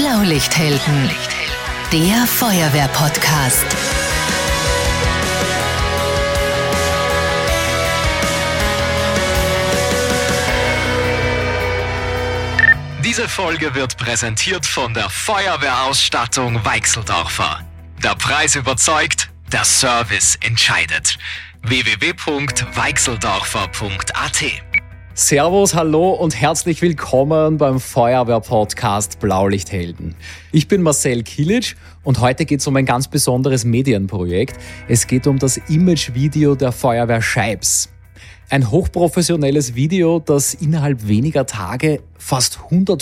Blaulichthelden, der Feuerwehr-Podcast. Diese Folge wird präsentiert von der Feuerwehrausstattung Weichseldorfer. Der Preis überzeugt, der Service entscheidet. www.weichseldorfer.at. Servus, hallo und herzlich willkommen beim Feuerwehr-Podcast Blaulichthelden. Ich bin Marcel Kilic und heute geht es um ein ganz besonderes Medienprojekt. Es geht um das Imagevideo der Feuerwehr Scheibs. Ein hochprofessionelles Video, das innerhalb weniger Tage fast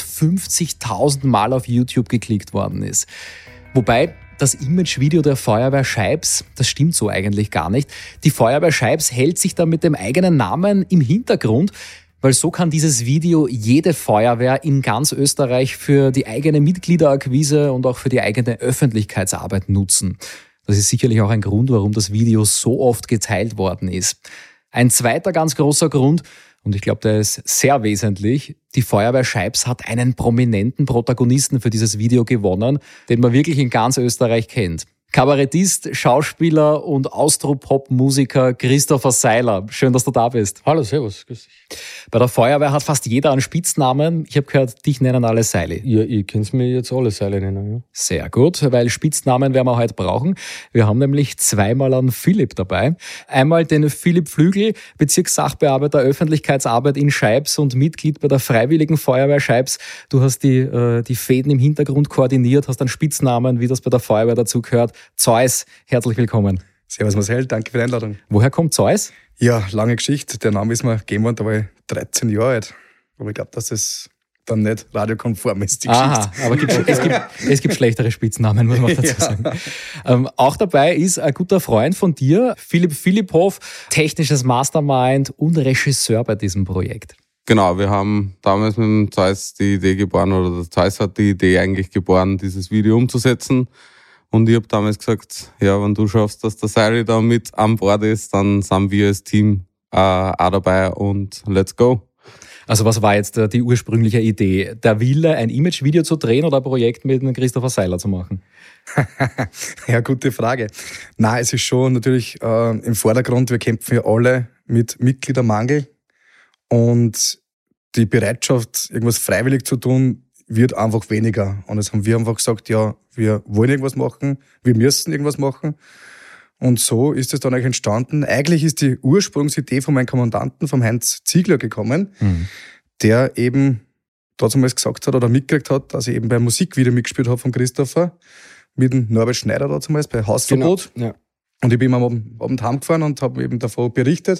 150.000 Mal auf YouTube geklickt worden ist. Wobei das Imagevideo der Feuerwehr Scheibs, das stimmt so eigentlich gar nicht. Die Feuerwehr Scheibs hält sich da mit dem eigenen Namen im Hintergrund, weil so kann dieses Video jede Feuerwehr in ganz Österreich für die eigene Mitgliederakquise und auch für die eigene Öffentlichkeitsarbeit nutzen. Das ist sicherlich auch ein Grund, warum das Video so oft geteilt worden ist. Ein zweiter ganz großer Grund, und ich glaube, der ist sehr wesentlich, die Feuerwehr Scheibs hat einen prominenten Protagonisten für dieses Video gewonnen, den man wirklich in ganz Österreich kennt. Kabarettist, Schauspieler und Austropop-Musiker Christopher Seiler. Schön, dass du da bist. Hallo, servus, grüß dich. Bei der Feuerwehr hat fast jeder einen Spitznamen. Ich habe gehört, dich nennen alle Seili. Ja, ihr könnt mir jetzt alle Seile nennen, ja. Sehr gut, weil Spitznamen werden wir heute brauchen. Wir haben nämlich zweimal einen Philipp dabei. Einmal den Philipp Flügel, Bezirkssachbearbeiter Öffentlichkeitsarbeit in Scheibs und Mitglied bei der Freiwilligen Feuerwehr Scheibs. Du hast die Fäden im Hintergrund koordiniert, hast einen Spitznamen, wie das bei der Feuerwehr dazugehört. Zeus, herzlich willkommen. Servus Marcel, danke für die Einladung. Woher kommt Zeus? Ja, lange Geschichte. Der Name ist mir gegeben worden, da war ich 13 Jahre alt. Aber ich glaube, dass es dann nicht radiokonform ist, die Aha, Geschichte. aber es gibt schlechtere Spitznamen, muss man dazu sagen. Auch dabei ist ein guter Freund von dir, Philipp Philipphoff, technisches Mastermind und Regisseur bei diesem Projekt. Genau, wir haben damals mit dem Zeus die Idee geboren, oder der Zeus hat die Idee eigentlich geboren, dieses Video umzusetzen. Und ich habe damals gesagt, ja, wenn du schaffst, dass der Seili da mit an Bord ist, dann sind wir als Team auch dabei und let's go. Also was war jetzt die ursprüngliche Idee? Der Wille, ein Imagevideo zu drehen oder ein Projekt mit Christopher Seiler zu machen? Ja, gute Frage. Nein, es ist schon natürlich im Vordergrund, wir kämpfen ja alle mit Mitgliedermangel und die Bereitschaft, irgendwas freiwillig zu tun, wird einfach weniger. Und jetzt haben wir einfach gesagt, ja, wir wollen irgendwas machen, wir müssen irgendwas machen. Und so ist es dann eigentlich entstanden. Eigentlich ist die Ursprungsidee von meinem Kommandanten, vom Heinz Ziegler, gekommen, der eben damals gesagt hat oder mitgekriegt hat, dass ich eben beim Musikvideo mitgespielt habe von Christopher, mit dem Norbert Schneider damals bei Hausverbot. Genau, ja. Und ich bin am Abend heimgefahren und habe eben davon berichtet.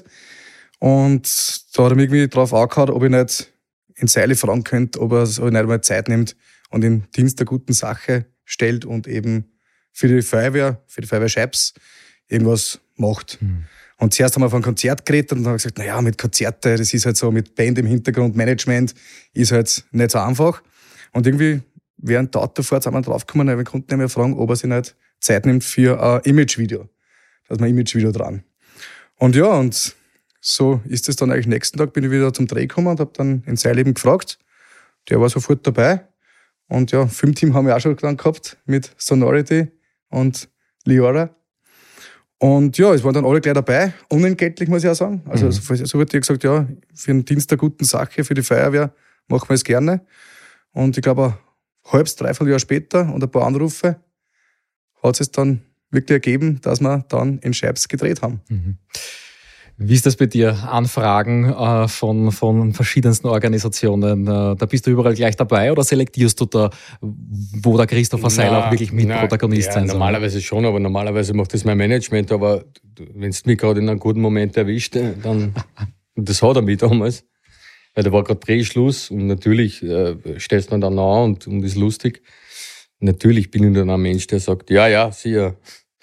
Und da hat er mich irgendwie drauf angehauen, ob ich nicht in Seile fragen könnte, ob er sich nicht einmal Zeit nimmt und in Dienst der guten Sache stellt und eben für die Feuerwehr Scheibs irgendwas macht. Und zuerst haben wir von Konzert geredet und dann haben wir gesagt, naja, mit Konzerte, das ist halt so, mit Band im Hintergrund, Management, ist halt nicht so einfach. Und irgendwie während der Autofahrt sind wir draufgekommen, wir konnten nicht mehr fragen, ob er sich nicht Zeit nimmt für ein Imagevideo. Da ist ein Imagevideo dran. Und ja, und so ist es dann eigentlich nächsten Tag, bin ich wieder zum Dreh gekommen und habe dann in sein Leben gefragt. Der war sofort dabei. Und ja, Filmteam haben wir auch schon dann gehabt mit Sonority und Liora. Und ja, es waren dann alle gleich dabei. Unentgeltlich, muss ich auch sagen. Also so wird dir gesagt, ja, für den Dienst der guten Sache, für die Feuerwehr machen wir es gerne. Und ich glaube, ein halbes, dreiviertel Jahr später und ein paar Anrufe hat es dann wirklich ergeben, dass wir dann in Scheibs gedreht haben. Wie ist das bei dir? Anfragen von verschiedensten Organisationen. Da bist du überall gleich dabei oder selektierst du da, wo der Christopher Seiler auch wirklich Mitprotagonist sein soll? Normalerweise schon, aber normalerweise macht das mein Management. Aber wenn es mich gerade in einem guten Moment erwischt, dann das hat er mich damals. Weil da war gerade Drehschluss und natürlich stellst man dann an und ist lustig. Natürlich bin ich dann ein Mensch, der sagt, ja, sicher.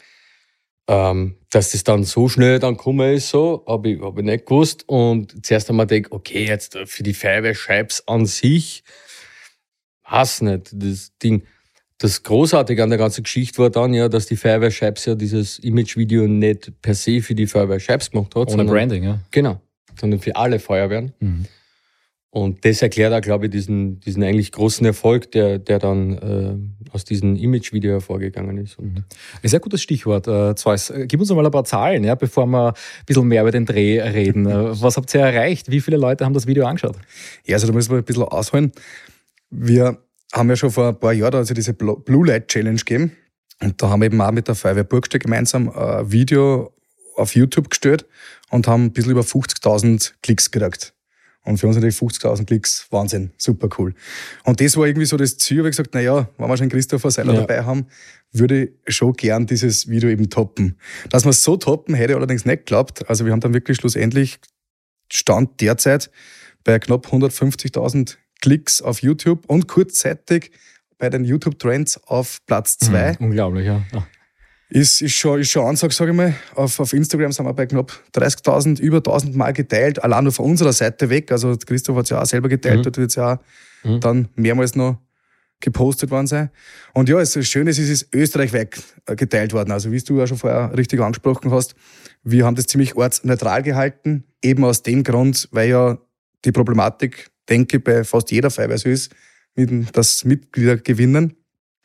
Dass das dann so schnell dann gekommen ist, so, hab ich nicht gewusst. Und zuerst einmal gedacht, okay, jetzt für die Feuerwehr Scheibs an sich, weiß nicht, das Ding. Das Großartige an der ganzen Geschichte war dann ja, dass die Feuerwehr Scheibs ja dieses Imagevideo nicht per se für die Feuerwehr Scheibs gemacht hat. Ohne Branding, ja. Genau, sondern für alle Feuerwehren. Und das erklärt auch, glaube ich, diesen eigentlich großen Erfolg, der dann aus diesem Image-Video hervorgegangen ist. Und Ist ein gutes Stichwort, Zeus. Gib uns mal ein paar Zahlen, ja, bevor wir ein bisschen mehr über den Dreh reden. Was habt ihr erreicht? Wie viele Leute haben das Video angeschaut? Ja, also da müssen wir ein bisschen ausholen. Wir haben ja schon vor ein paar Jahren also diese Blue Light Challenge gegeben. Und da haben wir eben auch mit der Feuerwehr Burgstall gemeinsam ein Video auf YouTube gestellt und haben ein bisschen über 50.000 Klicks gekriegt. Und für uns natürlich 50.000 Klicks, Wahnsinn, super cool. Und das war irgendwie so das Ziel, wo ich gesagt, naja, wenn wir schon Christopher Seiler dabei haben, würde ich schon gern dieses Video eben toppen. Dass wir es so toppen, hätte ich allerdings nicht geglaubt. Also wir haben dann wirklich schlussendlich Stand derzeit bei knapp 150.000 Klicks auf YouTube und kurzzeitig bei den YouTube-Trends auf Platz 2. Unglaublich, ja. Ist schon Ansage, sage ich mal. Auf Instagram sind wir bei knapp 30.000, über 1.000 Mal geteilt, allein nur von unserer Seite weg. Also Christoph hat es ja auch selber geteilt, dort wird es ja auch dann mehrmals noch gepostet worden sein. Und ja, das Schöne ist, es ist österreichweit geteilt worden. Also wie du ja schon vorher richtig angesprochen hast, wir haben das ziemlich ortsneutral gehalten, eben aus dem Grund, weil ja die Problematik, denke ich, bei fast jeder Feuerwehr so ist, dass Mitglieder gewinnen.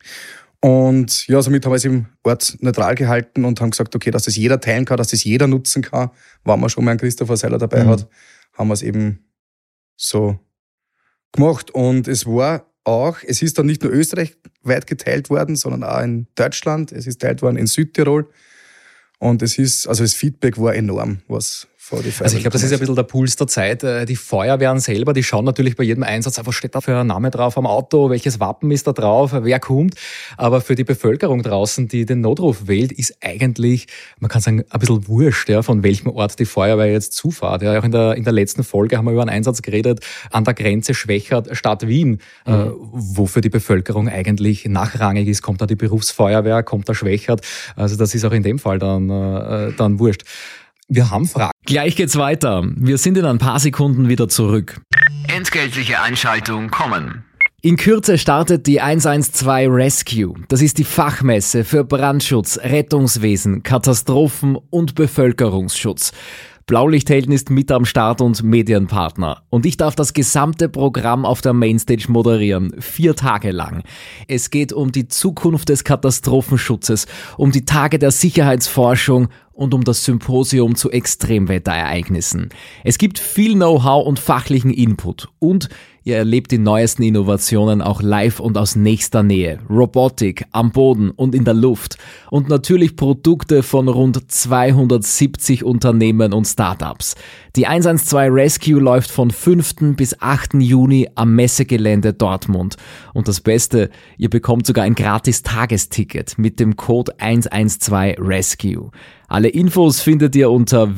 Und ja, somit haben wir es eben ortsneutral gehalten und haben gesagt, okay, dass das jeder teilen kann, dass das jeder nutzen kann. Wenn man schon mal einen Christopher Seiler dabei hat, haben wir es eben so gemacht. Und es ist dann nicht nur österreichweit geteilt worden, sondern auch in Deutschland. Es ist geteilt worden in Südtirol. Und das Feedback war enorm, was vor die Feuerwehr. Also ich glaube, das ist ein bisschen der Puls der Zeit. Die Feuerwehren selber, die schauen natürlich bei jedem Einsatz, was steht da für ein Name drauf am Auto, welches Wappen ist da drauf, wer kommt. Aber für die Bevölkerung draußen, die den Notruf wählt, ist eigentlich, man kann sagen, ein bisschen wurscht, ja, von welchem Ort die Feuerwehr jetzt zufahrt. Ja, auch in der letzten Folge haben wir über einen Einsatz geredet, an der Grenze Schwächert, Stadt Wien, wo für die Bevölkerung eigentlich nachrangig ist. Kommt da die Berufsfeuerwehr, kommt da Schwächert. Also das ist auch in dem Fall dann wurscht. Wir haben Fragen. Gleich geht's weiter. Wir sind in ein paar Sekunden wieder zurück. Entgeltliche Einschaltung kommen. In Kürze startet die 112 Rescue. Das ist die Fachmesse für Brandschutz, Rettungswesen, Katastrophen und Bevölkerungsschutz. Blaulichthelden ist mit am Start und Medienpartner. Und ich darf das gesamte Programm auf der Mainstage moderieren, 4 Tage lang. Es geht um die Zukunft des Katastrophenschutzes, um die Tage der Sicherheitsforschung und um das Symposium zu Extremwetterereignissen. Es gibt viel Know-how und fachlichen Input und ihr erlebt die neuesten Innovationen auch live und aus nächster Nähe. Robotik am Boden und in der Luft und natürlich Produkte von rund 270 Unternehmen und Startups. Die 112 Rescue läuft von 5. bis 8. Juni am Messegelände Dortmund. Und das Beste, ihr bekommt sogar ein gratis Tagesticket mit dem Code 112 Rescue. Alle Infos findet ihr unter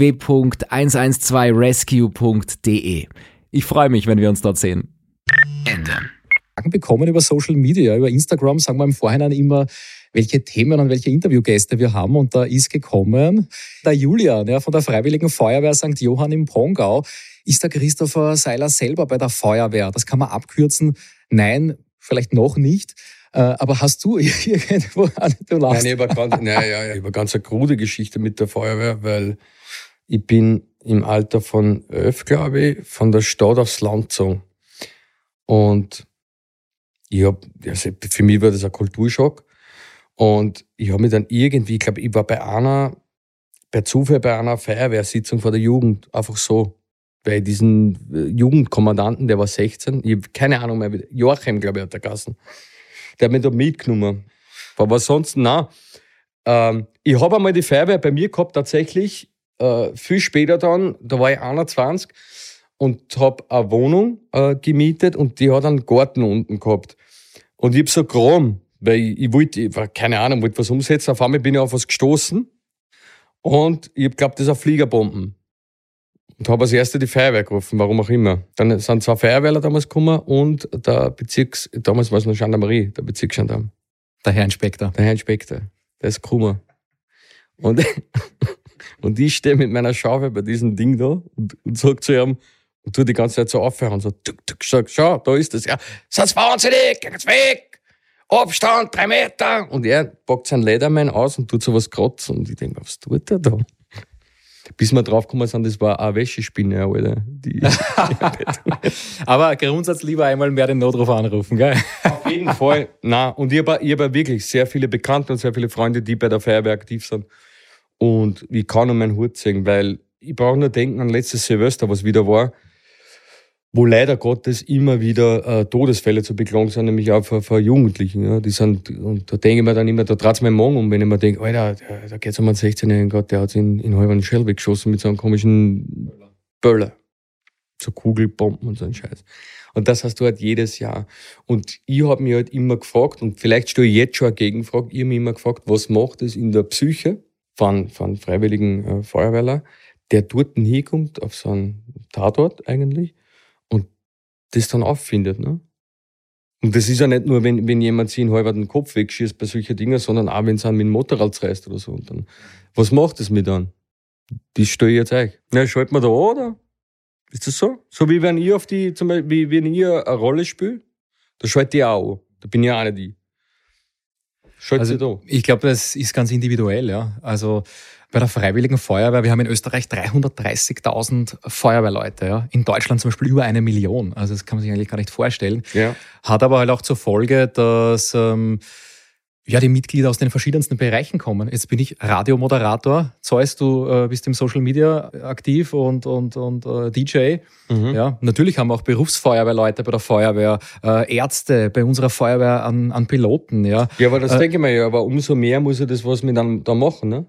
www.112rescue.de. Ich freue mich, wenn wir uns dort sehen. Ende. Fragen bekommen über Social Media, über Instagram, sagen wir im Vorhinein immer, welche Themen und welche Interviewgäste wir haben. Und da ist gekommen der Julian, ja, von der Freiwilligen Feuerwehr St. Johann im Pongau. Ist der Christopher Seiler selber bei der Feuerwehr? Das kann man abkürzen. Nein, vielleicht noch nicht. Aber hast du irgendwo du lachst. Nein, ich habe ganz eine krude Geschichte mit der Feuerwehr, weil ich bin im Alter von 11, glaube ich, von der Stadt aufs Land gezogen. Und für mich war das ein Kulturschock. Und ich habe mich dann irgendwie, ich glaube, ich war per Zufall bei einer Feuerwehrsitzung von der Jugend, einfach so. Bei diesen Jugendkommandanten, der war 16, ich habe keine Ahnung mehr, Joachim, glaube ich, hat der Gassen. Der hat mich da mitgenommen. Aber sonst, nein. Ich habe einmal die Feuerwehr bei mir gehabt, tatsächlich, viel später dann, da war ich 21 und habe eine Wohnung gemietet und die hat einen Garten unten gehabt. Und ich habe so Kram, weil ich wollte was umsetzen. Auf einmal bin ich auf was gestoßen und ich habe geglaubt, das sind Fliegerbomben. Und habe als Erste die Feuerwehr gerufen, warum auch immer. Dann sind 2 Feuerwehrler damals gekommen und damals war es noch Gendarmerie, der Bezirksgendarm. Der Herr Inspektor. Der ist gekommen. Und ich stehe mit meiner Schaufel bei diesem Ding da und sag zu ihm und tue die ganze Zeit so aufhören und so, schau, da ist das. Ja, sonst wahnsinnig, geht's weg, Abstand 3 Meter. Und er packt seinen Ledermann aus und tut so was kratzen und ich denke, was tut er da? Bis wir draufgekommen sind, das war eine Wäschespinne, Alter. Aber Grundsatz lieber einmal mehr den Notruf anrufen, gell? Auf jeden Fall. Nein, und ich hab wirklich sehr viele Bekannte und sehr viele Freunde, die bei der Feuerwehr aktiv sind. Und ich kann nur meinen Hut zeigen, weil ich brauche nur denken an letztes Silvester, was wieder war, wo leider Gottes immer wieder Todesfälle zu beklagen sind, nämlich auch von Jugendlichen. Ja. Die sind, und da denke ich mir dann immer, da dreht's mir Morgen um, wenn ich mir denke, Alter, da geht's um einen 16-Jährigen, Gott, der hat in halben Shell weggeschossen mit so einem komischen Böller. So Kugelbomben und so ein Scheiß. Und das hast du halt jedes Jahr. Und ich habe mich halt immer gefragt, und vielleicht stelle ich jetzt schon eine Gegenfrage, ich habe mich immer gefragt, was macht es in der Psyche von freiwilligen Feuerwehrler, der dort hinkommt, auf so einen Tatort eigentlich, und das dann auffindet. Ne? Und das ist ja nicht nur, wenn jemand sich in halber den Kopf wegschießt bei solchen Dingen, sondern auch, wenn es einen mit dem Motorrad zerreißt oder so. Und dann, was macht es mit dann? Das stelle ich jetzt euch. Ja, schalten wir da an, oder? Ist das so? So wie wenn ich zum Beispiel, wie wenn ich eine Rolle spiele, da schalte ich auch an. Da bin ich auch nicht ich. Also, da. Ich glaube, das ist ganz individuell, ja. Also bei der Freiwilligen Feuerwehr, wir haben in Österreich 330.000 Feuerwehrleute, ja. In Deutschland zum Beispiel über 1 Million. Also das kann man sich eigentlich gar nicht vorstellen. Ja. Hat aber halt auch zur Folge, dass die Mitglieder aus den verschiedensten Bereichen kommen. Jetzt bin ich Radiomoderator. Zeus, du bist im Social Media aktiv und DJ. Mhm. Ja, natürlich haben wir auch Berufsfeuerwehrleute bei der Feuerwehr, Ärzte bei unserer Feuerwehr an Piloten. Ja, aber das denke ich mir ja. Aber umso mehr muss ja das was mit dann da machen. Ne?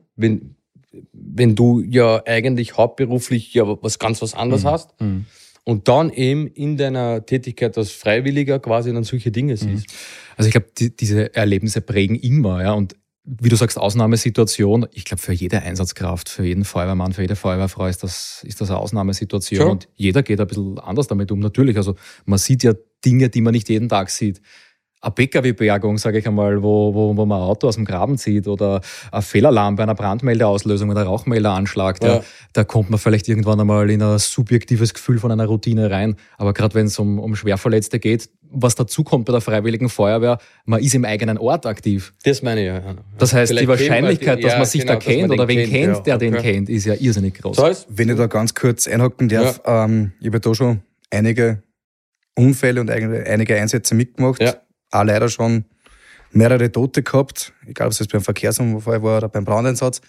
Wenn du ja eigentlich hauptberuflich ja was anderes hast. Mhm. Und dann eben in deiner Tätigkeit als Freiwilliger quasi dann solche Dinge siehst. Also ich glaube, diese Erlebnisse prägen immer, ja. Und wie du sagst, Ausnahmesituation, ich glaube, für jede Einsatzkraft, für jeden Feuerwehrmann, für jede Feuerwehrfrau ist das eine Ausnahmesituation. Sure. Und jeder geht ein bisschen anders damit um. Natürlich, also man sieht ja Dinge, die man nicht jeden Tag sieht. Eine PKW-Bergung, sage ich einmal, wo man ein Auto aus dem Graben zieht, oder ein Fehlalarm bei einer Brandmeldeauslösung oder Rauchmelderanschlag, ja. Da kommt man vielleicht irgendwann einmal in ein subjektives Gefühl von einer Routine rein. Aber gerade wenn es um Schwerverletzte geht, was dazu kommt bei der Freiwilligen Feuerwehr, man ist im eigenen Ort aktiv. Das meine ich, ja. Das heißt, vielleicht die Wahrscheinlichkeit, dass man sich da kennt oder wen kennt, der den kennt, ist ja irrsinnig groß. Das heißt, wenn ich da ganz kurz einhaken darf, ich habe da schon einige Unfälle und einige Einsätze mitgemacht. Ja. Auch leider schon mehrere Tote gehabt, egal ob es jetzt beim Verkehrsunfall war oder beim Brandeinsatz.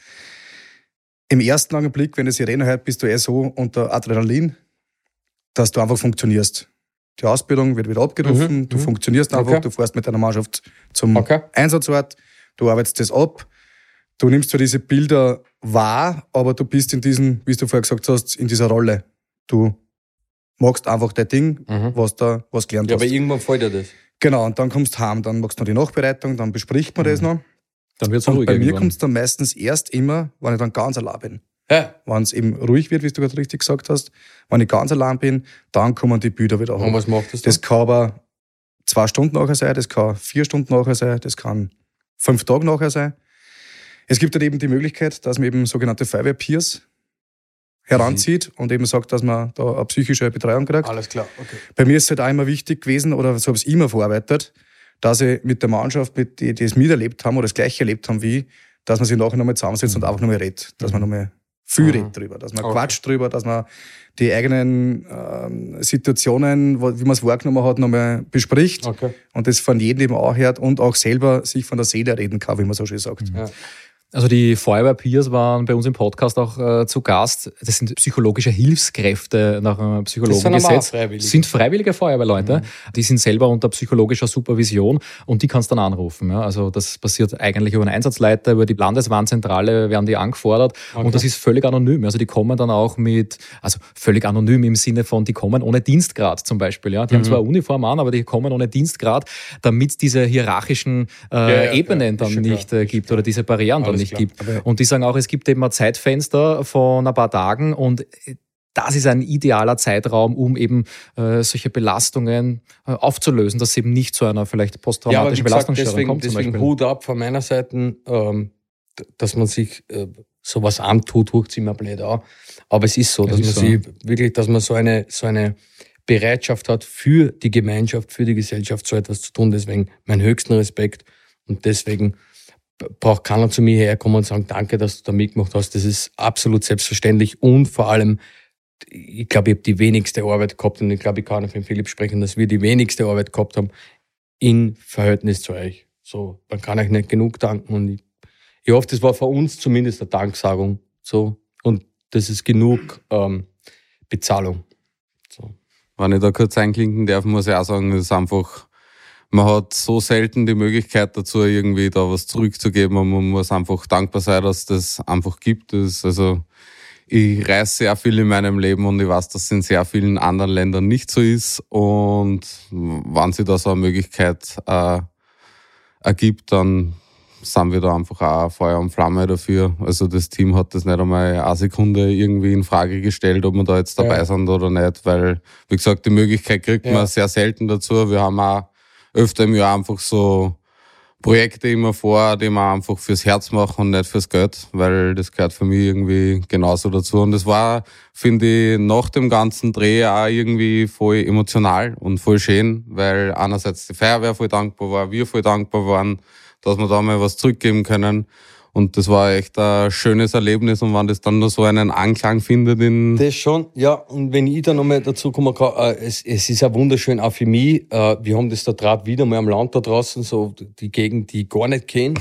Im ersten Augenblick, wenn du Sirene hört, bist du so unter Adrenalin, dass du einfach funktionierst. Die Ausbildung wird wieder abgerufen, du funktionierst einfach, du fährst mit deiner Mannschaft zum Einsatzort, du arbeitest das ab, du nimmst zwar diese Bilder wahr, aber du bist in diesen, wie du vorher gesagt hast, in dieser Rolle. Du machst einfach dein Ding, was gelernt hast. Ja, aber irgendwann fällt dir das. Genau, und dann kommst du heim, dann machst du noch die Nachbereitung, dann bespricht man das noch. Dann wird's und ruhig. Bei mir kommt es dann meistens erst immer, wenn ich dann ganz allein bin. Ja. Wenn es eben ruhig wird, wie du gerade richtig gesagt hast, wenn ich ganz allein bin, dann kommen die Bilder wieder hoch. Und was macht das dann? Das kann aber 2 Stunden nachher sein, das kann 4 Stunden nachher sein, das kann 5 Tage nachher sein. Es gibt halt eben die Möglichkeit, dass man eben sogenannte Feuerwehr-Peers heranzieht und eben sagt, dass man da eine psychische Betreuung kriegt. Alles klar, okay. Bei mir ist es halt auch immer wichtig gewesen, oder so habe ich es immer verarbeitet, dass ich mit der Mannschaft, die es miterlebt haben oder das Gleiche erlebt haben wie ich, dass man sich nachher nochmal zusammensetzt und einfach nochmal redet. Dass man nochmal viel redet drüber, dass man quatscht drüber, dass man die eigenen Situationen, wie man es wahrgenommen hat, nochmal bespricht und das von jedem eben auch hört und auch selber sich von der Seele reden kann, wie man so schön sagt. Ja. Also die Feuerwehr-Peers waren bei uns im Podcast auch zu Gast. Das sind psychologische Hilfskräfte nach einem Psychologengesetz. Das sind freiwillige Feuerwehrleute. Die sind selber unter psychologischer Supervision und die kannst du dann anrufen. Ja. Also das passiert eigentlich über einen Einsatzleiter, über die Landeswarnzentrale werden die angefordert und das ist völlig anonym. Also die kommen dann auch also völlig anonym im Sinne von, die kommen ohne Dienstgrad zum Beispiel. Ja. Die haben zwar eine Uniform an, aber die kommen ohne Dienstgrad, damit es diese hierarchischen Ebenen dann nicht gibt oder diese Barrieren dann nicht gibt. Und die sagen auch, es gibt eben ein Zeitfenster von ein paar Tagen und das ist ein idealer Zeitraum, um eben solche Belastungen aufzulösen, dass es eben nicht zu einer vielleicht posttraumatischen Belastungsstörung kommt. Deswegen Hut ab von meiner Seite, dass man sich sowas antut, hört sich immer blöd an. Aber es ist so, dass man sich wirklich, dass man so eine Bereitschaft hat für die Gemeinschaft, für die Gesellschaft so etwas zu tun. Deswegen meinen höchsten Respekt und deswegen braucht keiner zu mir herkommen und sagen, danke, dass du da mitgemacht hast. Das ist absolut selbstverständlich und vor allem, ich glaube, ich habe die wenigste Arbeit gehabt und ich glaube, ich kann auf den Philipp sprechen, dass wir die wenigste Arbeit gehabt haben in Verhältnis zu euch. So, man kann euch nicht genug danken und ich hoffe, das war für uns zumindest eine Danksagung. So, und das ist genug Bezahlung. So. Wenn ich da kurz einklinken darf, muss ich auch sagen, das ist einfach, man hat so selten die Möglichkeit dazu, irgendwie da was zurückzugeben und man muss einfach dankbar sein, dass das einfach gibt. Also, ich reise sehr viel in meinem Leben und ich weiß, dass es in sehr vielen anderen Ländern nicht so ist. Und wenn sich da so eine Möglichkeit ergibt, dann sind wir da einfach auch Feuer und Flamme dafür. Also das Team hat das nicht einmal eine Sekunde irgendwie in Frage gestellt, ob wir da jetzt dabei sind oder nicht, weil, wie gesagt, die Möglichkeit kriegt man sehr selten dazu. Wir haben auch öfter im Jahr einfach so Projekte immer vor, die wir einfach fürs Herz machen und nicht fürs Geld, weil das gehört für mich irgendwie genauso dazu. Und das war, finde ich, nach dem ganzen Dreh auch irgendwie voll emotional und voll schön, weil einerseits die Feuerwehr voll dankbar war, wir voll dankbar waren, dass wir da mal was zurückgeben können. Und das war echt ein schönes Erlebnis. Und wenn das dann nur so einen Anklang findet in... Das schon, ja. Und wenn ich da nochmal dazu kommen kann, es ist auch wunderschön, auch für mich. Wir haben das da gerade wieder mal am Land da draußen, so die Gegend, die ich gar nicht kenne.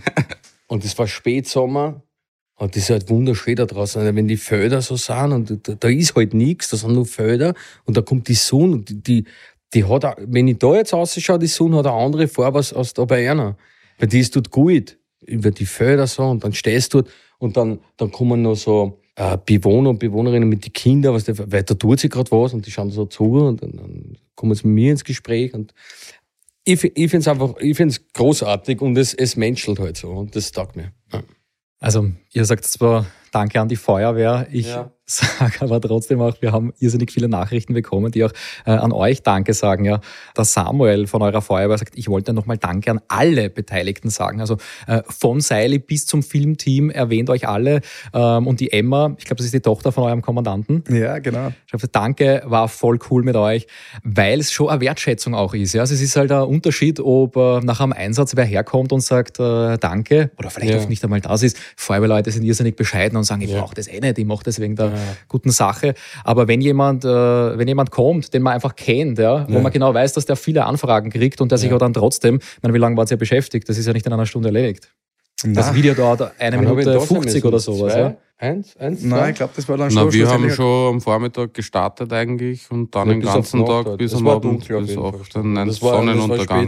Und es war Spätsommer. Und das ist halt wunderschön da draußen. Also wenn die Felder so sind und da ist halt nichts, da sind nur Felder. Und da kommt die Sonne und die hat auch, wenn ich da jetzt rausschaue, die Sonne hat eine andere Farbe als da bei einer. Weil die ist dort gut. Über die Felder so und dann stehst du dort und dann kommen noch so Bewohner und Bewohnerinnen mit den Kindern, weil da tut sich gerade was und die schauen so zu und dann kommen sie mit mir ins Gespräch und ich find's einfach, ich find's großartig und es menschelt halt so und das taugt mir. Ja. Also ihr sagt zwar Danke an die Feuerwehr, ich sage aber trotzdem auch, wir haben irrsinnig viele Nachrichten bekommen, die auch an euch Danke sagen. Ja, der Samuel von eurer Feuerwehr sagt, ich wollte nochmal Danke an alle Beteiligten sagen. Also von Seili bis zum Filmteam erwähnt euch alle und die Emma, ich glaube, das ist die Tochter von eurem Kommandanten. Ja, genau. Schreibt, danke, war voll cool mit euch, weil es schon eine Wertschätzung auch ist. Ja, also es ist halt ein Unterschied, ob nach einem Einsatz wer herkommt und sagt Danke oder vielleicht auch nicht einmal das ist. Feuerwehrleute sind irrsinnig bescheiden und sagen, ich brauche das nicht, ich mache das wegen der guten Sache. Aber wenn jemand kommt, den man einfach kennt, wo man genau weiß, dass der viele Anfragen kriegt und der sich auch dann trotzdem, ich meine, wie lange wart ihr beschäftigt? Das ist ja nicht in einer Stunde erledigt. Das Video dauert 1 Minute 50 oder sowas. Ja? Nein, ich glaube, das war dann schon. Na, wir haben schon am Vormittag gestartet eigentlich und dann den ganzen Tag bis am Abend, bis auf den Sonnenuntergang.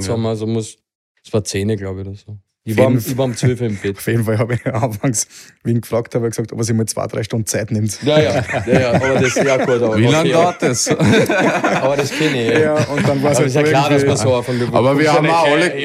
Es war 10, glaube ich, oder so. Ich war um 12 im Bett. Auf jeden Fall habe ich anfangs, wie ich ihn gefragt habe, gesagt, ob er sich mal 2-3 Stunden Zeit nimmt. Ja, aber das ist ja gut. Aber wie lange dauert das? Aber das kenne ich. Ja, und dann war es halt ist ja klar, dass man so von aber wir haben auch alle...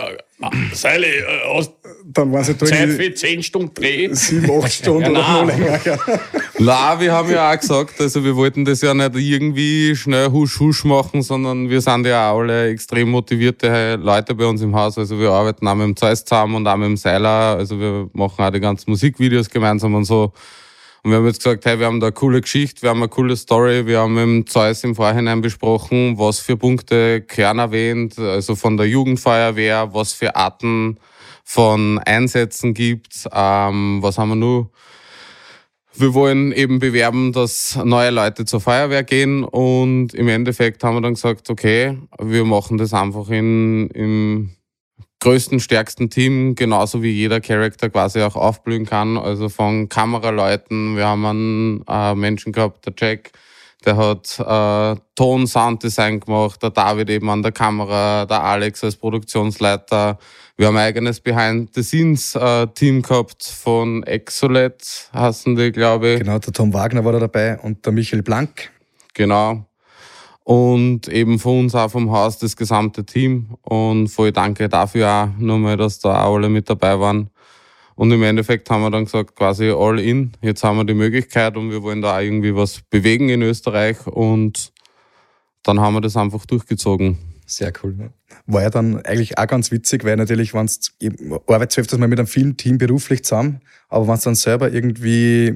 Seili, hast dann war es halt Zeit für 10 Stunden Dreh? 7-8 Stunden oder noch länger. Ja. Nein, wir haben ja auch gesagt, also wir wollten das ja nicht irgendwie schnell husch machen, sondern wir sind ja auch alle extrem motivierte Leute bei uns im Haus. Also wir arbeiten auch mit dem Zeus zusammen und auch mit dem Seiler. Also wir machen auch die ganzen Musikvideos gemeinsam und so. Und wir haben jetzt gesagt, hey, wir haben da eine coole Geschichte, wir haben eine coole Story, wir haben mit dem Zeus im Vorhinein besprochen, was für Punkte Kern erwähnt, also von der Jugendfeuerwehr, was für Arten von Einsätzen gibt, was haben wir nur? Wir wollen eben bewerben, dass neue Leute zur Feuerwehr gehen und im Endeffekt haben wir dann gesagt, okay, wir machen das einfach im größten, stärksten Team, genauso wie jeder Charakter quasi auch aufblühen kann, also von Kameraleuten. Wir haben einen Menschen gehabt, der Jack, der hat Ton, Sounddesign gemacht, der David eben an der Kamera, der Alex als Produktionsleiter. Wir haben ein eigenes Behind-the-Scenes-Team gehabt von Exolet, heißen die, glaube ich. Genau, der Tom Wagner war da dabei und der Michael Blank. Genau. Und eben von uns auch vom Haus das gesamte Team. Und voll danke dafür auch nochmal, dass da auch alle mit dabei waren. Und im Endeffekt haben wir dann gesagt, quasi all in. Jetzt haben wir die Möglichkeit und wir wollen da auch irgendwie was bewegen in Österreich. Und dann haben wir das einfach durchgezogen. Sehr cool. Ja. War ja dann eigentlich auch ganz witzig, weil natürlich, wenn du arbeitest öfters mal mit einem Filmteam beruflich zusammen, aber wenn du dann selber irgendwie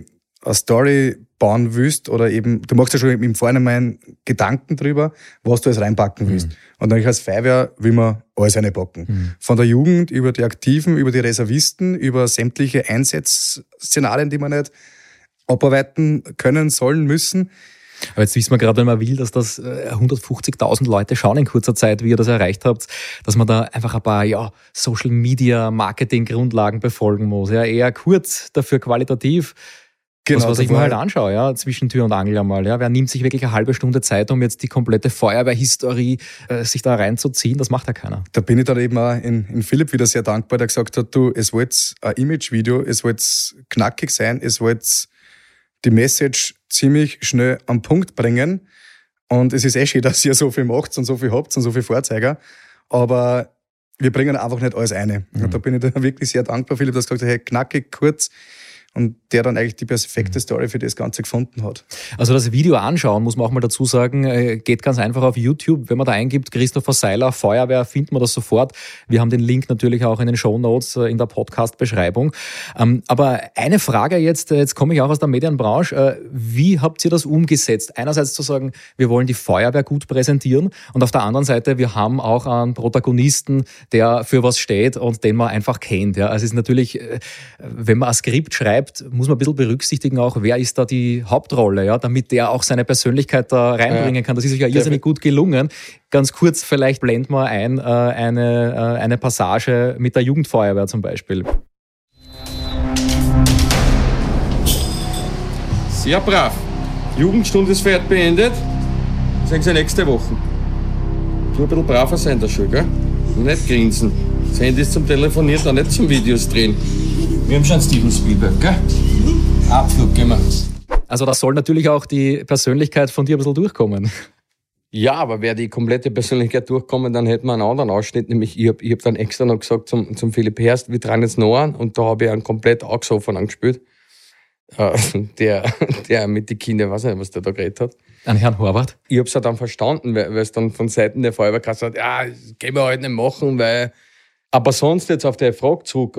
eine Story bauen willst oder eben, du machst ja schon im Vorhinein Gedanken drüber, was du alles reinpacken willst. Und dann als Feuerwehr will man alles reinpacken. Von der Jugend über die Aktiven, über die Reservisten, über sämtliche Einsatzszenarien, die man nicht abarbeiten können, sollen, müssen. Aber jetzt wissen wir gerade, wenn man will, dass das 150.000 Leute schauen in kurzer Zeit, wie ihr das erreicht habt, dass man da einfach ein paar Social-Media-Marketing-Grundlagen befolgen muss. Ja, eher kurz, dafür qualitativ. Genau, was ich mir halt anschaue, ja, zwischen Tür und Angel einmal. Ja. Wer nimmt sich wirklich eine halbe Stunde Zeit, um jetzt die komplette Feuerwehrhistorie sich da reinzuziehen? Das macht ja keiner. Da bin ich dann eben auch in Philipp wieder sehr dankbar, der gesagt hat, du, es wollte ein Image-Video, es wollte knackig sein, es wollte die Message ziemlich schnell am Punkt bringen. Und es ist schön, dass ihr so viel macht und so viel habt und so viel Vorzeiger. Aber wir bringen einfach nicht alles eine. Und da bin ich dann wirklich sehr dankbar, Philipp, dass gesagt hat, hey, knackig, kurz. Und der dann eigentlich die perfekte Story für das Ganze gefunden hat. Also das Video anschauen, muss man auch mal dazu sagen, geht ganz einfach auf YouTube. Wenn man da eingibt, Christopher Seiler, Feuerwehr, findet man das sofort. Wir haben den Link natürlich auch in den Shownotes in der Podcast-Beschreibung. Aber eine Frage jetzt komme ich auch aus der Medienbranche. Wie habt ihr das umgesetzt? Einerseits zu sagen, wir wollen die Feuerwehr gut präsentieren und auf der anderen Seite, wir haben auch einen Protagonisten, der für was steht und den man einfach kennt. Ja, also es ist natürlich, wenn man ein Skript schreibt, muss man ein bisschen berücksichtigen auch, wer ist da die Hauptrolle, ja, damit der auch seine Persönlichkeit da reinbringen kann. Das ist euch ja irrsinnig gut gelungen. Ganz kurz, vielleicht blenden wir ein eine Passage mit der Jugendfeuerwehr zum Beispiel. Sehr brav. Jugendstunde ist fertig beendet. Sehen Sie nächste Woche. Du ein bisschen braver sein der Schule, gell? Und nicht grinsen. Das Handy ist zum Telefonieren, da nicht zum Videos drehen. Wir haben schon Steven Spielberg, gell? Abflug gehen wir. Also da soll natürlich auch die Persönlichkeit von dir ein bisschen durchkommen. Ja, aber wäre die komplette Persönlichkeit durchkommen, dann hätten wir einen anderen Ausschnitt. Nämlich, ich hab dann extra noch gesagt zum Philipp Herst, wir dran jetzt noch an. Und da habe ich einen komplett angesoffen angespielt. Der mit den Kindern, weiß nicht, was der da geredet hat. An Herrn Horvath? Ich habe es dann verstanden, weil es dann von Seiten der Feuerwehrkasse hat, ja, das können wir halt nicht machen, weil... Aber sonst jetzt auf der Frage zurück,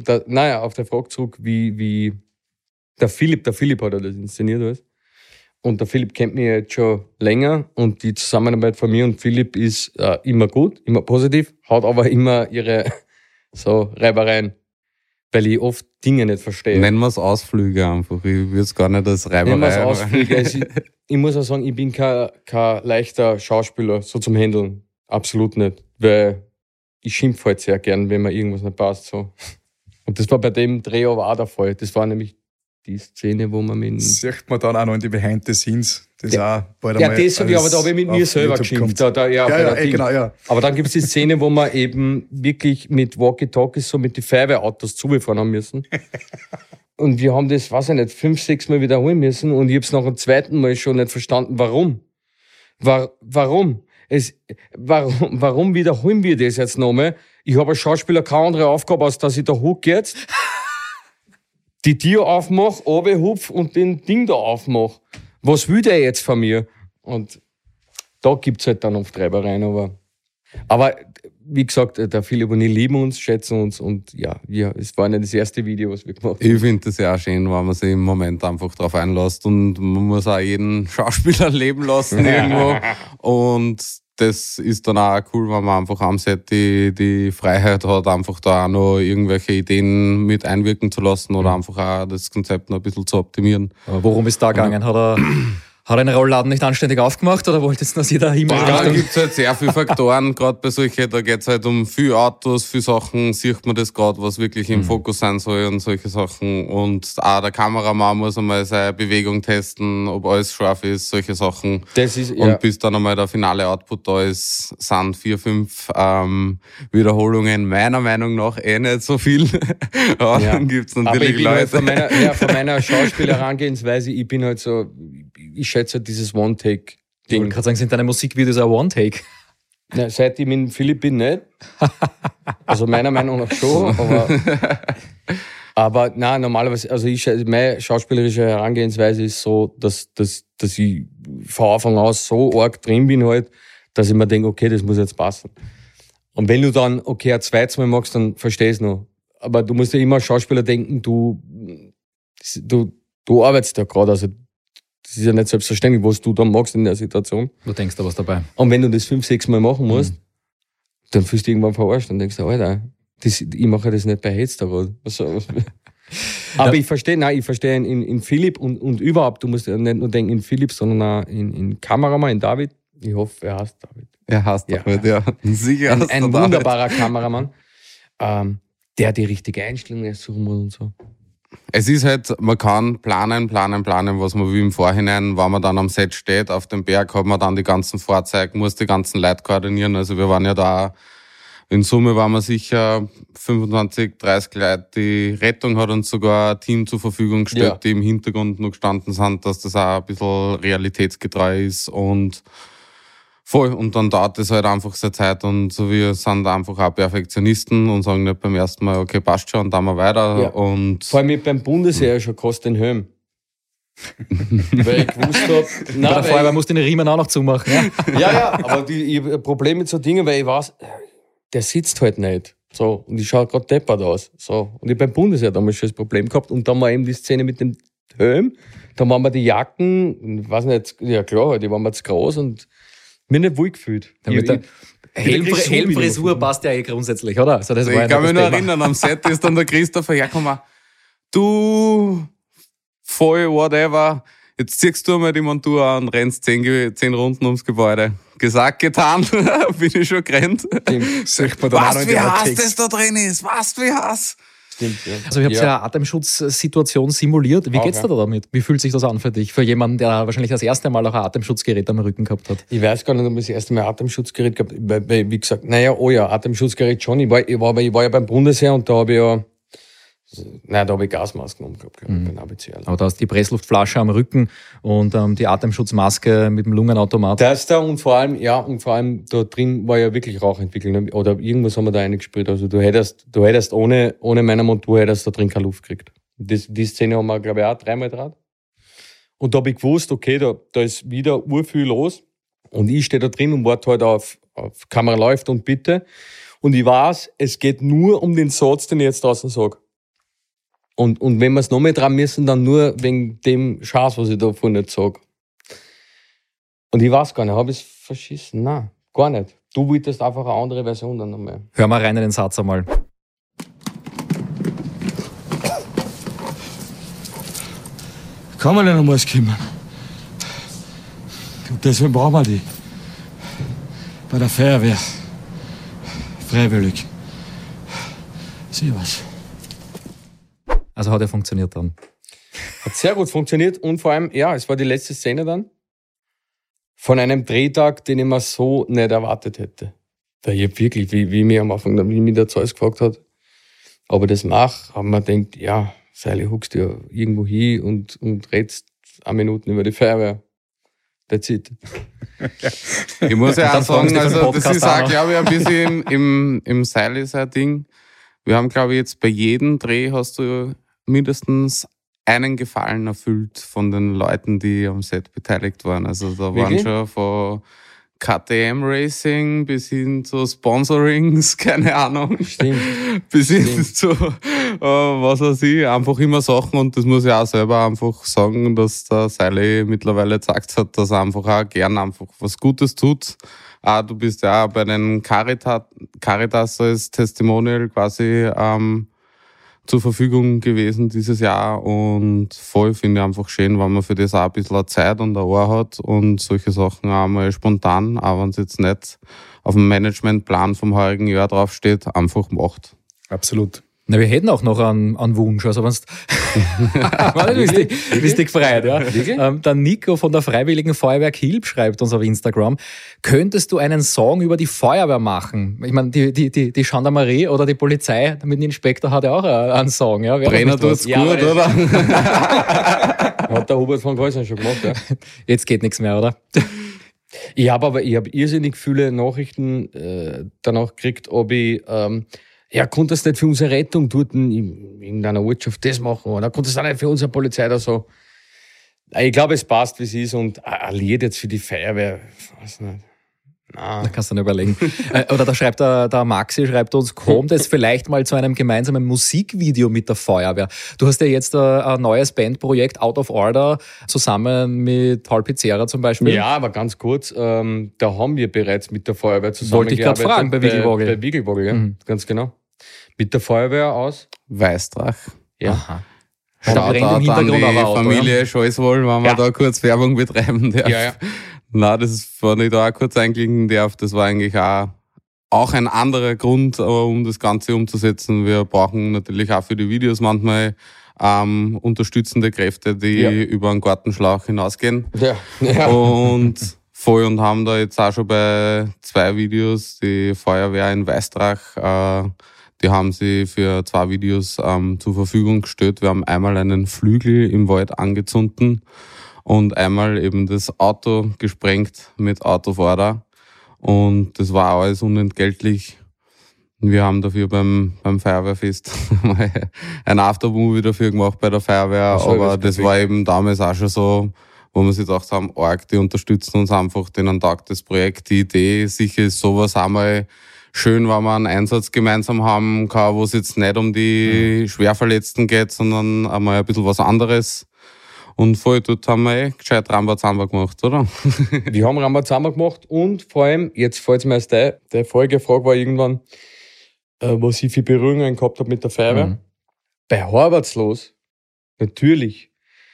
wie der Philipp hat ja das inszeniert alles. Und der Philipp kennt mich jetzt schon länger und die Zusammenarbeit von mir und Philipp ist immer gut, immer positiv, hat aber immer ihre so Reibereien, weil ich oft Dinge nicht verstehe. Nennen wir es Ausflüge einfach. Ich würde es gar nicht als Reiberei. Nennen wir es Ausflüge. Also ich muss auch sagen, ich bin kein leichter Schauspieler, so zum Handeln. Absolut nicht. Weil ich schimpfe halt sehr gern, wenn mir irgendwas nicht passt. So. Und das war bei dem Dreh aber auch der Fall. Das war nämlich die Szene, wo man mit... Sieht man dann auch noch in die Behind the Scenes. Das auch bald ja, das habe ich, aber da habe ich mit mir selber geschimpft. Genau. Aber dann gibt es die Szene, wo wir eben wirklich mit Walkie-Talkies so mit den Feuerwehrautos zugefahren haben müssen. Und wir haben das, weiß ich nicht, 5-6 Mal wiederholen müssen und ich habe es nach dem zweiten Mal schon nicht verstanden, warum. Warum wiederholen wir das jetzt nochmal? Ich habe als Schauspieler keine andere Aufgabe, als dass ich da hoch jetzt, die Tür aufmache, runterhupf und den Ding da aufmache. Was will der jetzt von mir? Und da gibt's halt dann oft Reibereien, aber wie gesagt, der Philipp und ich lieben uns, schätzen uns und ja, es war nicht das erste Video, was wir gemacht haben. Ich finde das sehr schön, weil man sich im Moment einfach drauf einlässt und man muss auch jeden Schauspieler leben lassen irgendwo. Und das ist dann auch cool, wenn man einfach am Set die Freiheit hat, einfach da auch noch irgendwelche Ideen mit einwirken zu lassen oder einfach auch das Konzept noch ein bisschen zu optimieren. Aber worum ist da gegangen? Hat er einen Rollladen nicht anständig aufgemacht oder wollte jetzt, dass jeder Himmel... Da gibt es halt sehr viele Faktoren, gerade bei solchen, da geht es halt um viele Autos, viele Sachen, sieht man das gerade, was wirklich im Fokus sein soll und solche Sachen. Und auch der Kameramann muss einmal seine Bewegung testen, ob alles scharf ist, solche Sachen. Das ist, ja. Und bis dann einmal der finale Output da ist, sind 4-5 Wiederholungen meiner Meinung nach nicht so viel. Aber dann gibt es natürlich Leute... Halt von meiner Schauspielerangehensweise, ich bin halt so... Ich schätze dieses One-Take-Ding. Ich wollte gerade sagen, sind deine Musikvideos ein One-Take? Nein, seit ich mit Philipp bin, nicht. Also meiner Meinung nach schon, aber nein, normalerweise, also meine schauspielerische Herangehensweise ist so, dass ich von Anfang an so arg drin bin halt, dass ich mir denke, okay, das muss jetzt passen. Und wenn du dann, okay, ein zweites Mal magst, dann verstehst du noch. Aber du musst ja immer als Schauspieler denken, du du arbeitest ja gerade, also das ist ja nicht selbstverständlich, was du dann machst in der Situation. Du denkst da was dabei. Und wenn du das 5-6 Mal machen musst, dann fühlst du dich irgendwann verarscht und denkst, Alter, ich mache das nicht bei Hetz da gerade. Aber ich verstehe in Philipp und überhaupt, du musst ja nicht nur denken in Philipp, sondern auch in Kameramann, in David. Ich hoffe, er heißt David. Er hasst David, ja. Sicher hasst Ein David. wunderbarer Kameramann, der die richtige Einstellung suchen muss und so. Es ist halt, man kann planen, was man will im Vorhinein. Wenn man dann am Set steht, auf dem Berg, hat man dann die ganzen Fahrzeuge, muss die ganzen Leute koordinieren. Also wir waren ja da, in Summe waren wir sicher 25, 30 Leute. Die Rettung hat uns sogar ein Team zur Verfügung gestellt, die im Hintergrund noch gestanden sind, dass das auch ein bisschen realitätsgetreu ist und voll. Und dann dauert das halt einfach seine Zeit und so wir sind einfach auch Perfektionisten und sagen nicht beim ersten Mal, okay, passt schon, und dann mal weiter. Ja. Und Vor allem beim Bundesheer schon kostet den Helm. Weil ich gewusst habe, Bei der Feuerwehr musst du den Riemen auch noch zumachen. Ja? ja, aber ich habe ein Problem mit so Dingen, weil ich weiß, der sitzt halt nicht. So, und ich schaue gerade deppert aus. So. Und ich beim Bundesheer damals schon das Problem gehabt. Und dann war eben die Szene mit dem Helm. Dann waren wir die Jacken, ich weiß nicht, ja klar, die waren mir zu groß und mir nicht wohl gefühlt. Helmfrisur passt ja grundsätzlich, oder? Also das war ich ja kann mich das noch Thema. erinnern, am Set ist dann der Christopher hergekommen, du, voll, whatever, jetzt ziehst du mal die Montur an und rennst 10 Runden ums Gebäude. Gesagt, getan, bin ich schon gerannt. Sieht man dann auch noch Was in wie die heiß Outtakes. das da drin ist, was wie heiß. Stimmt, ja. Also, ihr habt ja eine Atemschutzsituation simuliert. Wie Auch, geht's ja. da damit? Wie fühlt sich das an für dich? Für jemanden, der wahrscheinlich das erste Mal auch ein Atemschutzgerät am Rücken gehabt hat. Ich weiß gar nicht, ob ich das erste Mal ein Atemschutzgerät gehabt habe. Weil, wie gesagt, Atemschutzgerät schon. Ich war ja beim Bundesheer und da habe ich ja, da habe ich Gasmasken umgehabt, glaube ich, beim ABC. Aber da hast du die Pressluftflasche am Rücken und die Atemschutzmaske mit dem Lungenautomat. Das da und vor allem da drin war ja wirklich Rauch entwickelt. Ne? Oder irgendwas haben wir da reingespült. Also du hättest ohne meine Montur hättest da drin keine Luft gekriegt. Die Szene haben wir, glaube ich, auch 3-mal draht. Und da habe ich gewusst, okay, da ist wieder urviel los. Und ich stehe da drin und warte halt auf Kamera läuft und bitte. Und ich weiß, es geht nur um den Satz, den ich jetzt draußen sage. Und wenn wir es noch mehr dran müssen, dann nur wegen dem Schatz, was ich da vorhin nicht sage. Und ich weiß gar nicht, habe ich es verschissen? Nein, gar nicht. Du wolltest einfach eine andere Version dann nochmal. Hör mal rein in den Satz einmal. Kann man nicht einmal kommen. Und deswegen brauchen wir die. Bei der Feuerwehr. Freiwillig. Sieh was. Also hat er funktioniert dann. Hat sehr gut funktioniert und vor allem, ja, es war die letzte Szene dann von einem Drehtag, den ich mir so nicht erwartet hätte. Da ich wirklich, wie mir am Anfang, wie mich der Zeus gefragt hat, ob ich das mache, haben wir gedacht, ja, Seili, huckst du ja irgendwo hin und redst 1 Minute über die Feuerwehr. That's it. Ich muss ja auch dann fragen sagen, sie für den also das Podcast ist auch auch, noch. glaube ich, ein bisschen im Seil ist ein Ding. Wir haben, glaube ich, jetzt bei jedem Dreh hast du mindestens einen Gefallen erfüllt von den Leuten, die am Set beteiligt waren. Also da Wirklich? waren schon von KTM Racing bis hin zu Sponsorings, keine Ahnung. Stimmt. Bis hin zu, was weiß ich, einfach immer Sachen. Und das muss ich auch selber einfach sagen, dass der Seili mittlerweile gezeigt hat, dass er einfach auch gern einfach was Gutes tut. Du bist ja auch bei den Caritas als Testimonial quasi zur Verfügung gewesen dieses Jahr und voll finde ich einfach schön, wenn man für das auch ein bisschen Zeit und ein Ohr hat und solche Sachen auch mal spontan, auch wenn es jetzt nicht auf dem Managementplan vom heurigen Jahr draufsteht, einfach macht. Absolut. Na, wir hätten auch noch einen Wunsch. Also wenn's bist dich gefreut, ja. Der Nico von der Freiwilligen Feuerwehr Kilb schreibt uns auf Instagram, könntest du einen Song über die Feuerwehr machen? Ich meine, die Gendarmerie oder die Polizei mit dem Inspektor hat ja auch einen Song. Ja. Wäre Brenner das nicht was? tut's gut, oder? Hat der Hubert von Kreuzern schon gemacht, ja. Jetzt geht nichts mehr, oder? Ich habe irrsinnig viele Nachrichten danach gekriegt, ob ich konntest nicht für unsere Rettung dort in irgendeiner Ortschaft das machen oder konntest auch nicht für unsere Polizei oder so. Ich glaube, es passt, wie es ist und ein Lied jetzt für die Feuerwehr, ich weiß nicht. Da kannst du dann überlegen. Oder da schreibt der Maxi, schreibt uns, kommt es vielleicht mal zu einem gemeinsamen Musikvideo mit der Feuerwehr? Du hast ja jetzt ein neues Bandprojekt, Out of Order, zusammen mit Paul Pizzera zum Beispiel. Ja, aber ganz kurz, da haben wir bereits mit der Feuerwehr zusammengearbeitet. Wollte ich gerade fragen, bei Wiggelwogel. Bei Wiggelwogel, ja, ganz genau. Mit der Feuerwehr aus Weißdrach. Ja. Aha. Shoutout Rennt im an Hintergrund die aber Auto, Familie Scholzwohl, wenn man da kurz Werbung betreiben darf. Ja. Nein, das ist, wenn ich da auch kurz einklicken darf, das war eigentlich auch ein anderer Grund, um das Ganze umzusetzen. Wir brauchen natürlich auch für die Videos manchmal unterstützende Kräfte, die über einen Gartenschlauch hinausgehen. Ja. Und voll und haben da jetzt auch schon bei 2 Videos die Feuerwehr in Weißdrach, die haben sie für 2 Videos zur Verfügung gestellt. Wir haben einmal einen Flügel im Wald angezündet und einmal eben das Auto gesprengt mit Out of Order. Und das war alles unentgeltlich. Wir haben dafür beim Feuerwehrfest mal ein Aftermovie dafür gemacht bei der Feuerwehr. Aber das war eben damals auch schon so, wo wir sich gedacht haben, arg, die unterstützen uns einfach, denen taugt das Projekt, die Idee. Sicher ist sowas einmal schön, wenn man einen Einsatz gemeinsam haben kann, wo es jetzt nicht um die Schwerverletzten geht, sondern einmal ein bisschen was anderes. Und voll, dort haben wir gescheit Rambazamba gemacht, oder? Wir haben Rambazamba gemacht und vor allem, jetzt fällt es mir erst ein, der Folgefrage war irgendwann, was ich für Berührungen gehabt habe mit der Feuerwehr. Bei Horvatslos, natürlich,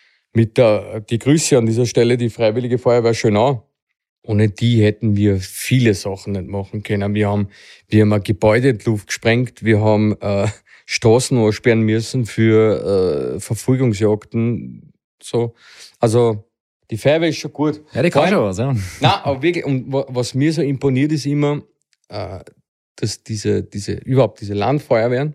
die Grüße an dieser Stelle, die Freiwillige Feuerwehr Schönau. Ohne die hätten wir viele Sachen nicht machen können. Wir haben ein Gebäude in die Luft gesprengt, wir haben Straßen ansperren müssen für Verfolgungsjagden. So. Also die Feuerwehr ist schon gut. Ja, die kann schon was, ja. Nein, aber wirklich, und was mir so imponiert, ist immer, dass diese Landfeuerwehren,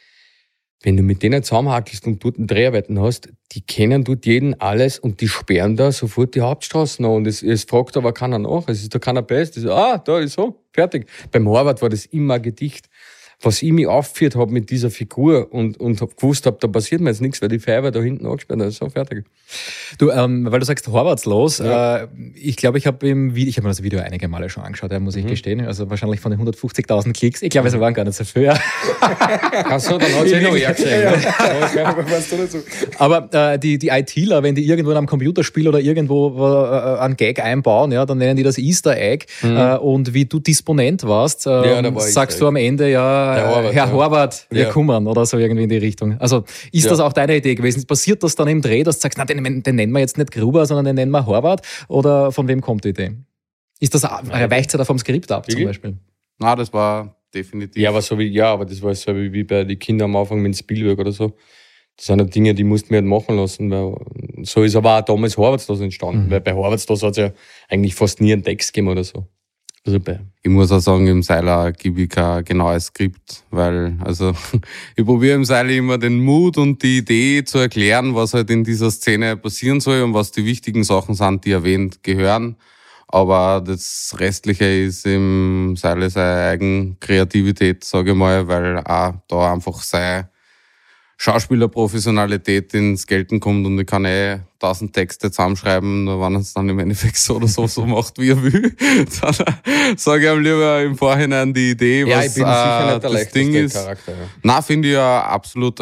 wenn du mit denen zusammenhackelst und dort Dreharbeiten hast, die kennen dort jeden alles und die sperren da sofort die Hauptstraßen an. Und es fragt aber keiner nach. Es ist da keiner best. Da ist so, fertig. Beim Horvath war das immer Gedicht. Was ich mich aufgeführt habe mit dieser Figur und hab gewusst habe, da passiert mir jetzt nichts, weil die Feuerwehr da hinten angesperrt ist. So, fertig. Du, weil du sagst Horvatslos, ich glaube, ich habe mir das Video einige Male schon angeschaut, muss ich gestehen. Also wahrscheinlich von den 150.000 Klicks. Ich glaube, es waren gar nicht so viel. Ach so, dann hat es noch eher gesehen. Aber die ITler, wenn die irgendwo in einem Computerspiel oder irgendwo einen Gag einbauen, ja, dann nennen die das Easter Egg. Und wie du Disponent warst, sagst du am Ende Herr Horvath, wir kommen oder so irgendwie in die Richtung. Also ist das auch deine Idee gewesen? Passiert das dann im Dreh, dass du sagst, den nennen wir jetzt nicht Gruber, sondern den nennen wir Horvath? Oder von wem kommt die Idee? Weicht es da vom Skript ab zum Beispiel? Na, das war definitiv. Ja, aber das war so wie bei den Kindern am Anfang mit Spielberg oder so. Das sind ja Dinge, die mussten wir halt machen lassen. Weil so ist aber auch damals Horvatslos entstanden. Weil bei Horvatslos hat es ja eigentlich fast nie einen Text gegeben oder so. Also ich muss auch sagen, im Seiler gebe ich kein genaues Skript, weil, ich probiere im Seiler immer den Mut und die Idee zu erklären, was halt in dieser Szene passieren soll und was die wichtigen Sachen sind, die erwähnt gehören. Aber das Restliche ist im Seiler seine Eigenkreativität, sage ich mal, weil auch da einfach seine Schauspielerprofessionalität ins Gelten kommt und ich kann 1000 Texte zusammenschreiben, nur wenn er es dann im Endeffekt so oder so macht, wie er will, dann sage ich ihm lieber im Vorhinein die Idee, was ich bin sicher nicht der das Ding ist. Charakter, ja. Nein, finde ich ja absolut,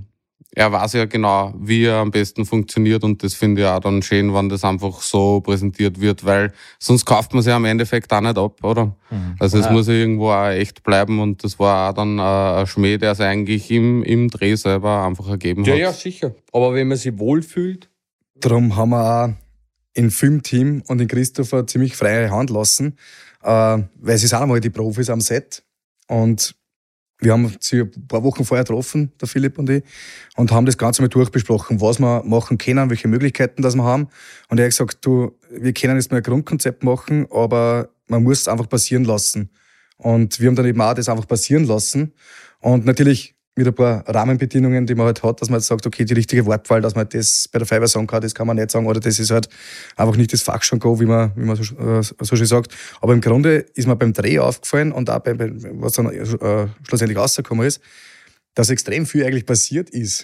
er weiß ja genau, wie er am besten funktioniert und das finde ich auch dann schön, wenn das einfach so präsentiert wird, weil sonst kauft man sich am Endeffekt auch nicht ab, oder? Es muss ja irgendwo auch echt bleiben und das war auch dann ein Schmäh, der es eigentlich im Dreh selber einfach ergeben hat. Ja, sicher. Aber wenn man sich wohlfühlt. Darum haben wir auch im Filmteam und in Christopher ziemlich freie Hand lassen, weil sie sind einmal die Profis am Set und wir haben sie ein paar Wochen vorher getroffen, der Philipp und ich, und haben das Ganze mal durchbesprochen, was wir machen können, welche Möglichkeiten das wir haben. Und er hat gesagt, wir können jetzt mal ein Grundkonzept machen, aber man muss es einfach passieren lassen. Und wir haben dann eben auch das einfach passieren lassen. Und natürlich mit ein paar Rahmenbedingungen, die man halt hat, dass man jetzt sagt, okay, die richtige Wortwahl, dass man das bei der Feuerwehr sagen kann, das kann man nicht sagen, oder das ist halt einfach nicht das Fachjargon, wie man so schön sagt. Aber im Grunde ist mir beim Dreh aufgefallen und auch was dann schlussendlich rausgekommen ist, dass extrem viel eigentlich passiert ist.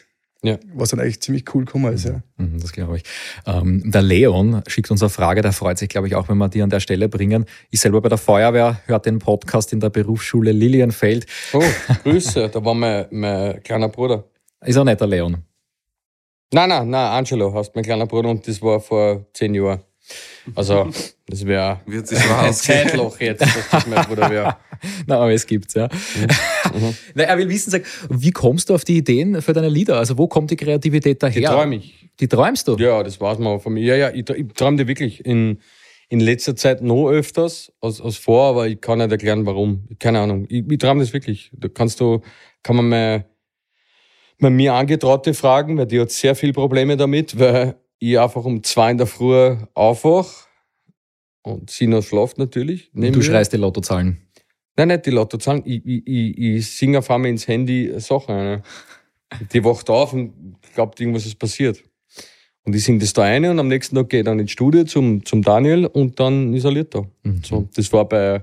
Ja. Was dann eigentlich ziemlich cool gekommen ist. Ja. Das glaube ich. Der Leon schickt uns eine Frage, der freut sich, glaube ich, auch, wenn wir die an der Stelle bringen. Ich selber bei der Feuerwehr, hört den Podcast in der Berufsschule Lilienfeld. Oh, Grüße, da war mein kleiner Bruder. Ist auch nicht der Leon. Nein, Angelo heißt mein kleiner Bruder und das war vor 10 Jahren. Also, das wäre Wird sich schon ein ausgehen. Zeitloch jetzt, dass das mein Bruder wäre. Nein, aber es gibt's, ja. Nein, er will wissen, sag, wie kommst du auf die Ideen für deine Lieder? Also wo kommt die Kreativität daher? Die träume ich. Die träumst du? Ja, das weiß man von mir. Ja, ich träume die wirklich in letzter Zeit noch öfters als vor, aber ich kann nicht erklären, warum. Keine Ahnung. Ich träume das wirklich. Kann man mir Angetraute fragen, weil die hat sehr viele Probleme damit, weil ich einfach um 2 in der Früh aufwach und sie noch schlaft natürlich. Du schreist die Lottozahlen. Nein, nicht die Lottozahlen. Ich singe auf einmal ins Handy Sachen rein. Die wacht auf und glaubt, irgendwas ist passiert. Und ich singe das da rein und am nächsten Tag gehe ich dann ins Studio zum Daniel und dann ist er Lied da. So, das war bei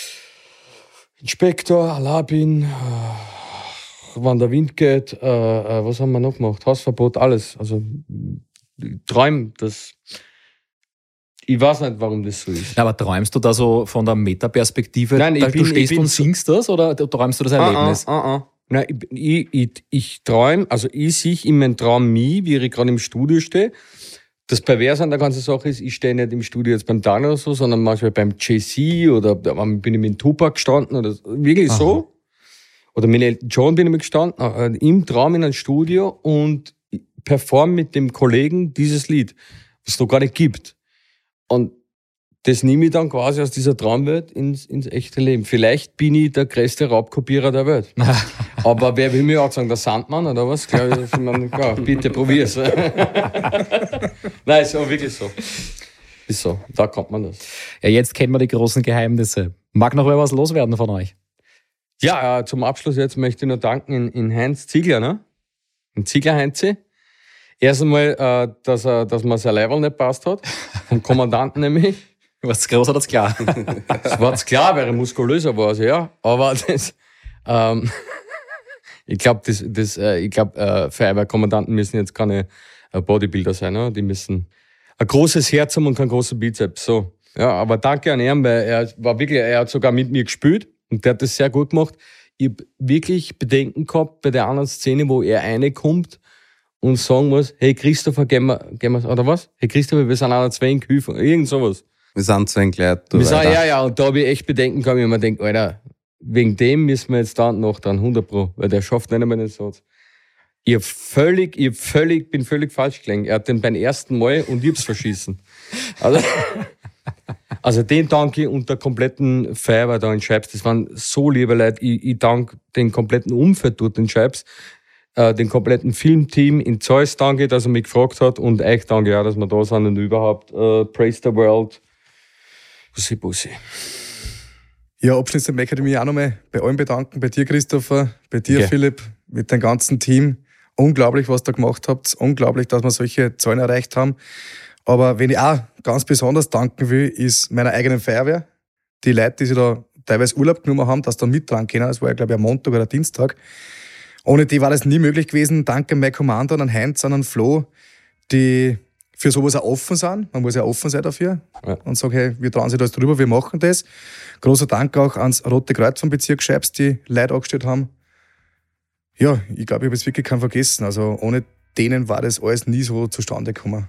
Inspektor, Alabin, Wann der Wind geht, was haben wir noch gemacht? Hausverbot, alles. Also, ich träume, das. Ich weiß nicht, warum das so ist. Aber träumst du da so von der Metaperspektive? Nein, du stehst und singst das oder träumst du das Erlebnis? Nein, ich träume, also ich sehe in meinem Traum mich, wie ich gerade im Studio stehe. Das Perverse an der ganzen Sache ist, ich stehe nicht im Studio jetzt beim Daniel oder so, sondern manchmal beim JC oder bin ich mit Tupac gestanden oder wirklich so. Oder mit Elton John bin ich mal gestanden, im Traum in einem Studio und performe mit dem Kollegen dieses Lied, was es noch gar nicht gibt. Und das nehme ich dann quasi aus dieser Traumwelt ins echte Leben. Vielleicht bin ich der größte Raubkopierer der Welt. Aber wer will mir auch sagen, der Sandmann oder was? Glaube ich, ja, bitte probier's. Nein, ist aber wirklich so. Ist so, da kommt man das. Ja, jetzt kennen wir die großen Geheimnisse. Mag noch was loswerden von euch? Ja, zum Abschluss jetzt möchte ich noch danken in Heinz Ziegler, ne? In Ziegler Heinzi. Erst einmal, dass mir sein Leiberl nicht passt hat. Vom Kommandanten nämlich. Was zu groß oder zu klar? Das war zu klar, weil er muskulöser war, also ja. Aber das, ich glaube, Feuerwehrkommandanten müssen jetzt keine Bodybuilder sein, ne? Die müssen ein großes Herz haben und keinen großen Bizeps, so. Ja, aber danke an ihn, weil er hat sogar mit mir gespielt und der hat das sehr gut gemacht. Ich habe wirklich Bedenken gehabt bei der anderen Szene, wo er reinkommt und sagen muss, hey Christopher, gehen wir, oder was? Hey Christopher, wir sind einer Zwang, Hilfe, irgend sowas. Wir sind Zwang Leute. Ja, und da habe ich echt Bedenken gehabt, wenn man denkt, Alter, wegen dem müssen wir jetzt da noch dran, 100%, weil der schafft nicht einmal den Satz. Ich bin völlig falsch gelegen. Er hat den beim ersten Mal und ich hab's verschissen. Also den danke ich und der kompletten Feuerwehr da in Scheibs. Das waren so liebe Leute. Ich danke den kompletten Umfeld dort in Scheibs, den kompletten Filmteam in Zeus danke, dass er mich gefragt hat und euch danke ja, dass wir da sind und überhaupt praise the world. Bussi. Ja, abschließend möchte ich mich auch nochmal bei allen bedanken, bei dir Christopher, bei dir Okay. Philipp, mit dem ganzen Team. Unglaublich, was ihr gemacht habt. Unglaublich, dass wir solche Zahlen erreicht haben. Aber wenn ich auch ganz besonders danken will, ist meiner eigenen Feuerwehr. Die Leute, die sich da teilweise Urlaub genommen haben, dass da mit dran können. Das war ja, glaube ich, am Montag oder Dienstag. Ohne die war das nie möglich gewesen. Danke an mein Kommando, an Heinz, an Flo, die für sowas auch offen sind. Man muss ja offen sein dafür. Ja. Und sagen, hey, wir trauen sich da jetzt drüber, wir machen das. Großer Dank auch ans Rote Kreuz vom Bezirk Scheibs, die Leute angestellt haben. Ja, ich glaube, ich habe jetzt wirklich keinen vergessen. Also ohne denen war das alles nie so zustande gekommen.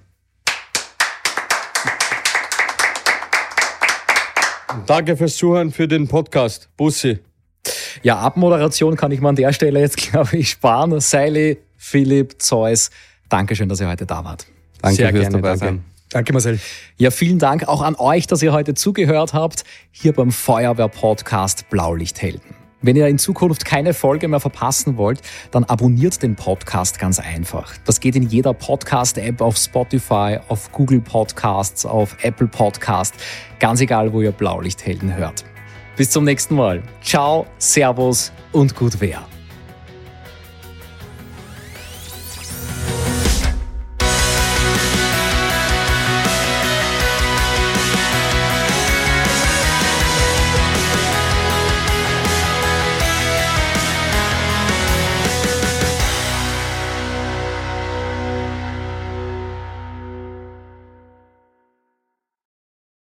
Danke fürs Zuhören für den Podcast. Bussi. Ja, Abmoderation kann ich mir an der Stelle jetzt, glaube ich, sparen. Seili, Philipp, Zeus, Dankeschön, dass ihr heute da wart. Danke Sehr fürs gerne, dabei danke. sein. Danke, Marcel. Ja, vielen Dank auch an euch, dass ihr heute zugehört habt, hier beim Feuerwehr-Podcast Blaulichthelden. Wenn ihr in Zukunft keine Folge mehr verpassen wollt, dann abonniert den Podcast ganz einfach. Das geht in jeder Podcast-App, auf Spotify, auf Google Podcasts, auf Apple Podcasts, ganz egal, wo ihr Blaulichthelden hört. Bis zum nächsten Mal. Ciao, Servus und gut Wehr.